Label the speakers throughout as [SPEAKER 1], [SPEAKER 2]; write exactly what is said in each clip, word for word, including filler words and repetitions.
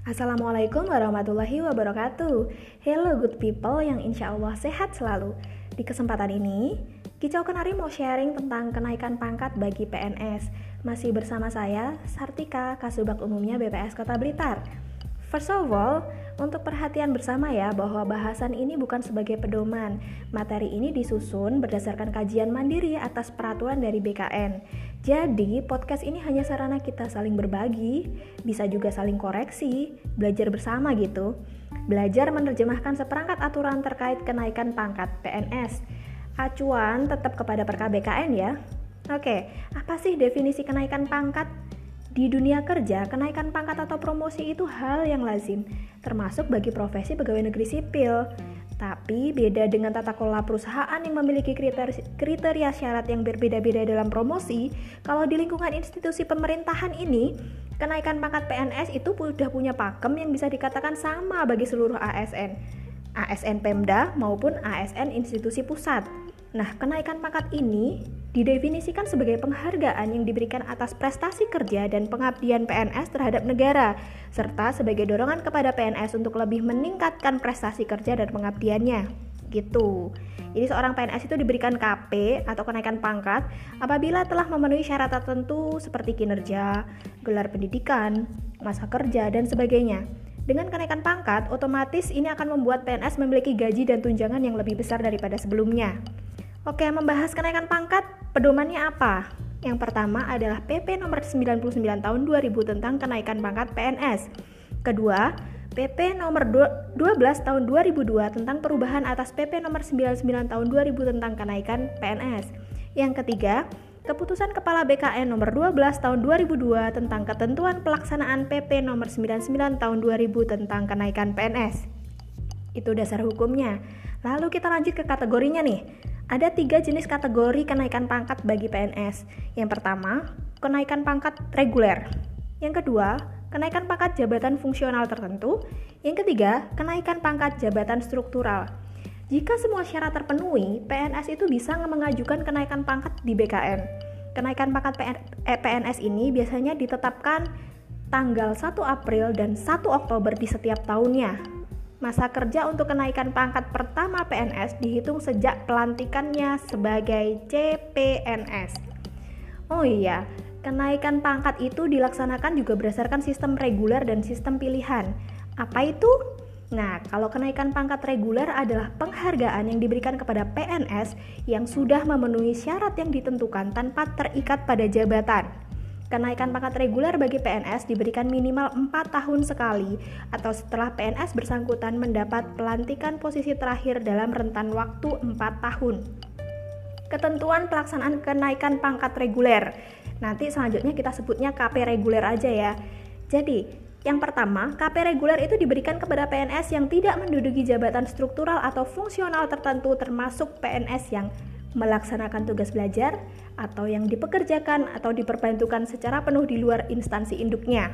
[SPEAKER 1] Assalamualaikum warahmatullahi wabarakatuh. Hello good people yang insya Allah sehat selalu. Di kesempatan ini, Kicau Kenari mau sharing tentang kenaikan pangkat bagi P N S. Masih bersama saya, Sartika, Kasubag Umumnya B P S Kota Blitar. First of all, untuk perhatian bersama ya bahwa bahasan ini bukan sebagai pedoman. Materi ini disusun berdasarkan kajian mandiri atas peraturan dari B K N. Jadi, podcast ini hanya sarana kita saling berbagi, bisa juga saling koreksi, belajar bersama gitu. Belajar menerjemahkan seperangkat aturan terkait kenaikan pangkat P N S. Acuan tetap kepada Perka B K N ya. Oke, apa sih definisi kenaikan pangkat? Di dunia kerja, kenaikan pangkat atau promosi itu hal yang lazim, termasuk bagi profesi pegawai negeri sipil. Tapi beda dengan tata kelola perusahaan yang memiliki kriteria, kriteria syarat yang berbeda-beda dalam promosi. Kalau di lingkungan institusi pemerintahan ini, kenaikan pangkat P N S itu sudah punya pakem yang bisa dikatakan sama bagi seluruh A S N, A S N Pemda maupun A S N institusi pusat. Nah, kenaikan pangkat ini didefinisikan sebagai penghargaan yang diberikan atas prestasi kerja dan pengabdian P N S terhadap negara, serta sebagai dorongan kepada P N S untuk lebih meningkatkan prestasi kerja dan pengabdiannya. Gitu. Jadi seorang P N S itu diberikan K P atau kenaikan pangkat apabila telah memenuhi syarat tertentu seperti kinerja, gelar pendidikan, masa kerja, dan sebagainya. Dengan kenaikan pangkat, otomatis ini akan membuat P N S memiliki gaji dan tunjangan yang lebih besar daripada sebelumnya. Oke, membahas kenaikan pangkat, pedomannya apa? Yang pertama adalah P P nomor sembilan puluh sembilan tahun dua ribu tentang kenaikan pangkat P N S. Kedua, P P nomor dua belas tahun dua ribu dua tentang perubahan atas P P nomor sembilan puluh sembilan tahun dua ribu tentang kenaikan P N S. Yang ketiga, Keputusan Kepala B K N nomor dua belas tahun dua ribu dua tentang ketentuan pelaksanaan P P nomor sembilan puluh sembilan tahun dua ribu tentang kenaikan P N S. Itu dasar hukumnya. Lalu kita lanjut ke kategorinya nih. Ada tiga jenis kategori kenaikan pangkat bagi P N S. Yang pertama, kenaikan pangkat reguler. Yang kedua, kenaikan pangkat jabatan fungsional tertentu. Yang ketiga, kenaikan pangkat jabatan struktural. Jika semua syarat terpenuhi, P N S itu bisa mengajukan kenaikan pangkat di B K N. Kenaikan pangkat P N S ini biasanya ditetapkan tanggal satu April dan satu Oktober di setiap tahunnya. Masa kerja untuk kenaikan pangkat pertama P N S dihitung sejak pelantikannya sebagai C P N S. Oh iya, kenaikan pangkat itu dilaksanakan juga berdasarkan sistem reguler dan sistem pilihan. Apa itu? Nah, kalau kenaikan pangkat reguler adalah penghargaan yang diberikan kepada P N S yang sudah memenuhi syarat yang ditentukan tanpa terikat pada jabatan. Kenaikan pangkat reguler bagi P N S diberikan minimal empat tahun sekali atau setelah P N S bersangkutan mendapat pelantikan posisi terakhir dalam rentan waktu empat tahun. Ketentuan pelaksanaan kenaikan pangkat reguler. Nanti selanjutnya kita sebutnya K P reguler aja ya. Jadi, yang pertama, K P reguler itu diberikan kepada P N S yang tidak menduduki jabatan struktural atau fungsional tertentu termasuk P N S yang melaksanakan tugas belajar atau yang dipekerjakan atau diperbantukan secara penuh di luar instansi induknya.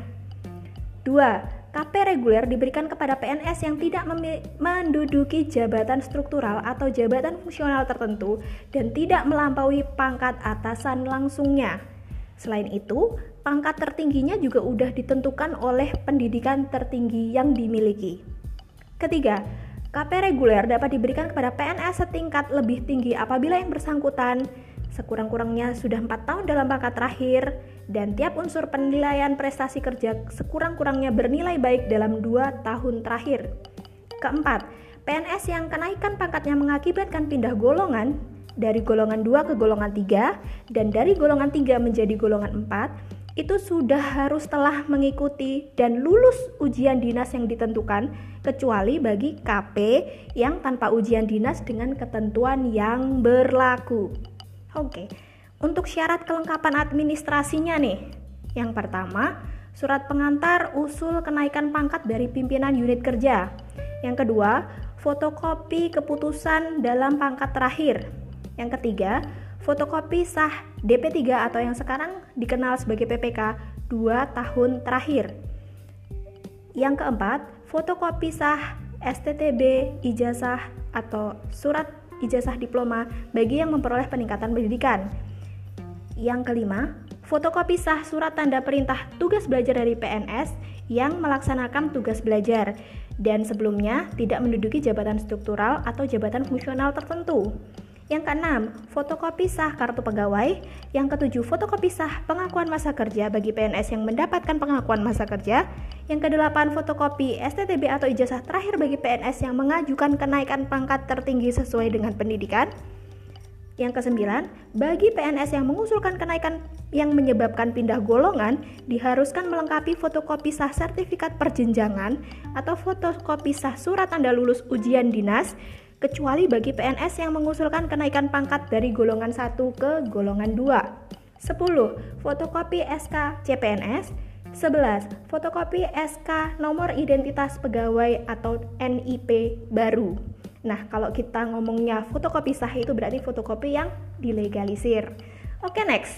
[SPEAKER 1] Dua, K P reguler diberikan kepada P N S yang tidak mem- menduduki jabatan struktural atau jabatan fungsional tertentu dan tidak melampaui pangkat atasan langsungnya. Selain itu, pangkat tertingginya juga sudah ditentukan oleh pendidikan tertinggi yang dimiliki. Ketiga, K P reguler dapat diberikan kepada P N S setingkat lebih tinggi apabila yang bersangkutan sekurang-kurangnya sudah empat tahun dalam pangkat terakhir dan tiap unsur penilaian prestasi kerja sekurang-kurangnya bernilai baik dalam dua tahun terakhir. Keempat, P N S yang kenaikan pangkatnya mengakibatkan pindah golongan dari golongan dua ke golongan tiga dan dari golongan tiga menjadi golongan empat itu sudah harus telah mengikuti dan lulus ujian dinas yang ditentukan kecuali bagi K P yang tanpa ujian dinas dengan ketentuan yang berlaku. Oke, untuk syarat kelengkapan administrasinya nih. Yang pertama, surat pengantar usul kenaikan pangkat dari pimpinan unit kerja. Yang kedua, fotokopi keputusan dalam pangkat terakhir. Yang ketiga, fotokopi sah D P tiga atau yang sekarang dikenal sebagai P P K dua tahun terakhir. Yang keempat, fotokopi sah S T T B ijazah atau surat ijazah diploma bagi yang memperoleh peningkatan pendidikan. Yang kelima, fotokopi sah surat tanda perintah tugas belajar dari P N S yang melaksanakan tugas belajar dan sebelumnya tidak menduduki jabatan struktural atau jabatan fungsional tertentu. Yang keenam, fotokopi sah kartu pegawai. Yang ketujuh, fotokopi sah pengakuan masa kerja bagi P N S yang mendapatkan pengakuan masa kerja. Yang kedelapan, fotokopi S T T B atau ijazah terakhir bagi P N S yang mengajukan kenaikan pangkat tertinggi sesuai dengan pendidikan. Yang kesembilan, bagi P N S yang mengusulkan kenaikan yang menyebabkan pindah golongan, diharuskan melengkapi fotokopi sah sertifikat perjenjangan atau fotokopi sah surat tanda lulus ujian dinas, kecuali bagi P N S yang mengusulkan kenaikan pangkat dari golongan satu ke golongan dua. sepuluh. Fotokopi S K C P N S. sebelas. Fotokopi S K nomor identitas pegawai atau N I P baru. Nah, kalau kita ngomongnya fotokopi sah itu berarti fotokopi yang dilegalisir. Oke, next.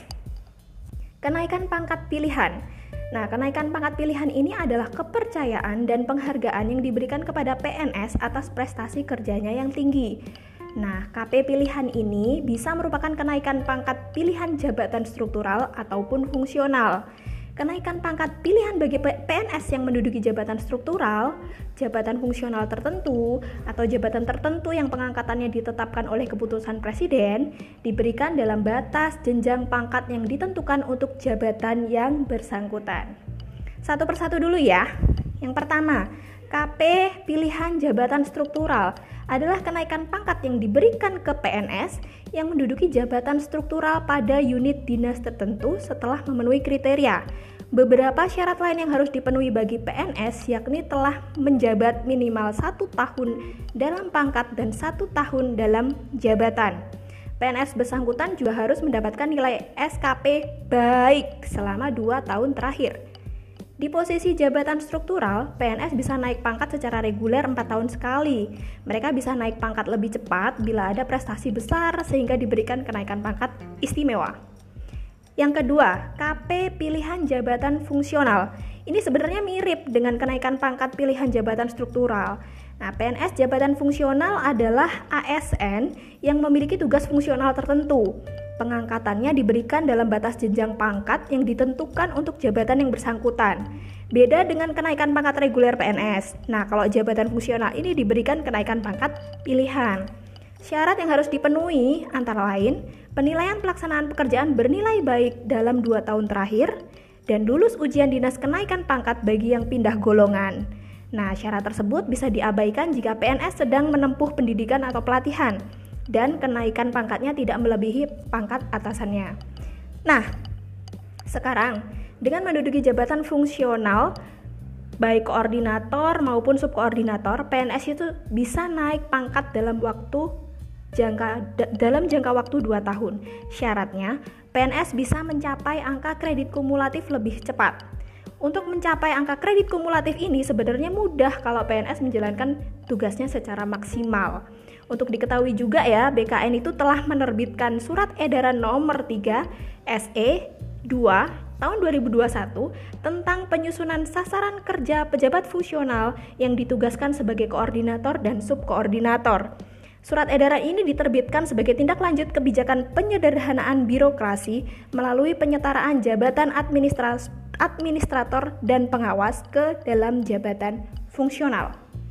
[SPEAKER 1] Kenaikan pangkat pilihan. Nah, kenaikan pangkat pilihan ini adalah kepercayaan dan penghargaan yang diberikan kepada P N S atas prestasi kerjanya yang tinggi. Nah, K P pilihan ini bisa merupakan kenaikan pangkat pilihan jabatan struktural ataupun fungsional. Kenaikan pangkat pilihan bagi P N S yang menduduki jabatan struktural, jabatan fungsional tertentu, atau jabatan tertentu yang pengangkatannya ditetapkan oleh keputusan presiden, diberikan dalam batas jenjang pangkat yang ditentukan untuk jabatan yang bersangkutan. Satu persatu dulu ya. Yang pertama, K P pilihan jabatan struktural adalah kenaikan pangkat yang diberikan ke P N S yang menduduki jabatan struktural pada unit dinas tertentu setelah memenuhi kriteria. Beberapa syarat lain yang harus dipenuhi bagi P N S yakni telah menjabat minimal satu tahun dalam pangkat dan satu tahun dalam jabatan. P N S bersangkutan juga harus mendapatkan nilai S K P baik selama dua tahun terakhir. Di posisi jabatan struktural, P N S bisa naik pangkat secara reguler empat tahun sekali. Mereka bisa naik pangkat lebih cepat bila ada prestasi besar sehingga diberikan kenaikan pangkat istimewa. Yang kedua, K P pilihan jabatan fungsional. Ini sebenarnya mirip dengan kenaikan pangkat pilihan jabatan struktural. Nah, P N S jabatan fungsional adalah A S N yang memiliki tugas fungsional tertentu. Pengangkatannya diberikan dalam batas jenjang pangkat yang ditentukan untuk jabatan yang bersangkutan. Beda dengan kenaikan pangkat reguler P N S. Nah, kalau jabatan fungsional ini diberikan kenaikan pangkat pilihan. Syarat yang harus dipenuhi antara lain, penilaian pelaksanaan pekerjaan bernilai baik dalam dua tahun terakhir, dan lulus ujian dinas kenaikan pangkat bagi yang pindah golongan. Nah, syarat tersebut bisa diabaikan jika P N S sedang menempuh pendidikan atau pelatihan, dan kenaikan pangkatnya tidak melebihi pangkat atasannya. Nah, sekarang dengan menduduki jabatan fungsional, baik koordinator maupun subkoordinator, P N S itu bisa naik pangkat dalam waktu jangka d- dalam jangka waktu dua tahun. Syaratnya, P N S bisa mencapai angka kredit kumulatif lebih cepat. Untuk mencapai angka kredit kumulatif ini sebenarnya mudah kalau P N S menjalankan tugasnya secara maksimal. Untuk diketahui juga ya, B K N itu telah menerbitkan surat edaran nomor tiga S E dua tahun dua ribu dua puluh satu tentang penyusunan sasaran kerja pejabat fungsional yang ditugaskan sebagai koordinator dan subkoordinator. Surat edaran ini diterbitkan sebagai tindak lanjut kebijakan penyederhanaan birokrasi melalui penyetaraan jabatan administras- administrator dan pengawas ke dalam jabatan fungsional.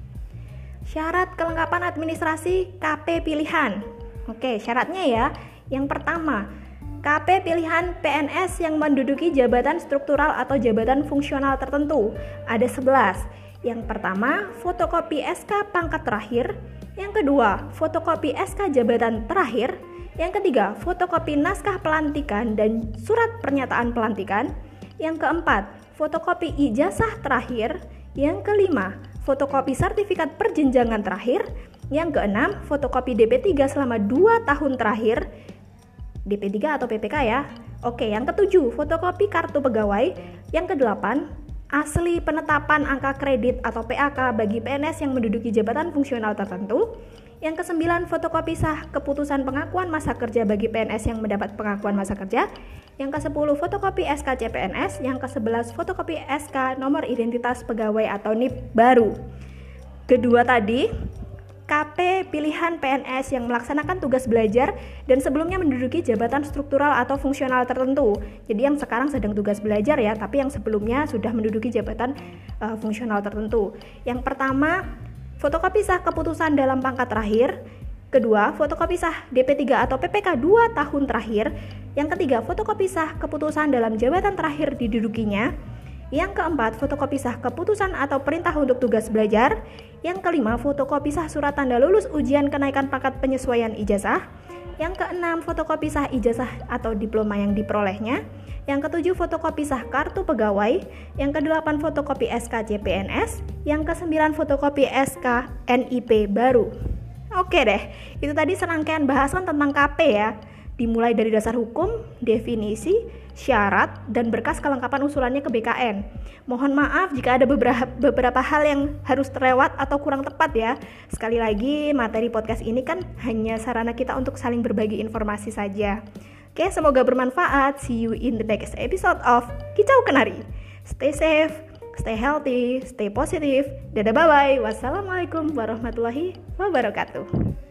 [SPEAKER 1] Syarat kelengkapan administrasi K P pilihan. Oke, syaratnya ya. Yang pertama, K P pilihan P N S yang menduduki jabatan struktural atau jabatan fungsional tertentu. Ada sebelas. Yang pertama, fotokopi S K pangkat terakhir. Yang kedua, fotokopi S K jabatan terakhir. Yang ketiga, fotokopi naskah pelantikan dan surat pernyataan pelantikan. Yang keempat, fotokopi ijazah terakhir. Yang kelima, fotokopi sertifikat perjenjangan terakhir. Yang keenam, fotokopi D P tiga selama dua tahun terakhir. D P tiga atau P P K ya. Oke, yang ketujuh, fotokopi kartu pegawai. Yang kedelapan, asli penetapan angka kredit atau P A K bagi P N S yang menduduki jabatan fungsional tertentu. Yang kesembilan, fotokopi sah keputusan pengakuan masa kerja bagi P N S yang mendapat pengakuan masa kerja. Yang kesepuluh, fotokopi S K C P N S. Yang kesebelas, fotokopi S K nomor identitas pegawai atau N I P baru. Kedua tadi, K P pilihan P N S yang melaksanakan tugas belajar dan sebelumnya menduduki jabatan struktural atau fungsional tertentu. Jadi yang sekarang sedang tugas belajar ya, tapi yang sebelumnya sudah menduduki jabatan uh, fungsional tertentu. Yang pertama, fotokopi sah keputusan dalam pangkat terakhir. Kedua, fotokopi sah D P tiga atau P P K dua tahun terakhir. Yang ketiga, fotokopi sah keputusan dalam jabatan terakhir didudukinya. Yang keempat, fotokopi sah keputusan atau perintah untuk tugas belajar. Yang kelima, fotokopi sah surat tanda lulus ujian kenaikan pangkat penyesuaian ijazah. Yang keenam, fotokopi sah ijazah atau diploma yang diperolehnya. Yang ketujuh, fotokopi sah kartu pegawai. Yang kedelapan, fotokopi S K C P N S. Yang kesembilan, fotokopi S K N I P baru. Oke deh, itu tadi serangkaian bahasan tentang K P ya. Dimulai dari dasar hukum, definisi, syarat, dan berkas kelengkapan usulannya ke B K N. Mohon maaf jika ada beberapa, beberapa hal yang harus terlewat atau kurang tepat ya. Sekali lagi, materi podcast ini kan hanya sarana kita untuk saling berbagi informasi saja. Oke, semoga bermanfaat. See you in the next episode of Kicau Kenari. Stay safe, stay healthy, stay positive. Dadah, bye-bye. Wassalamualaikum warahmatullahi wabarakatuh.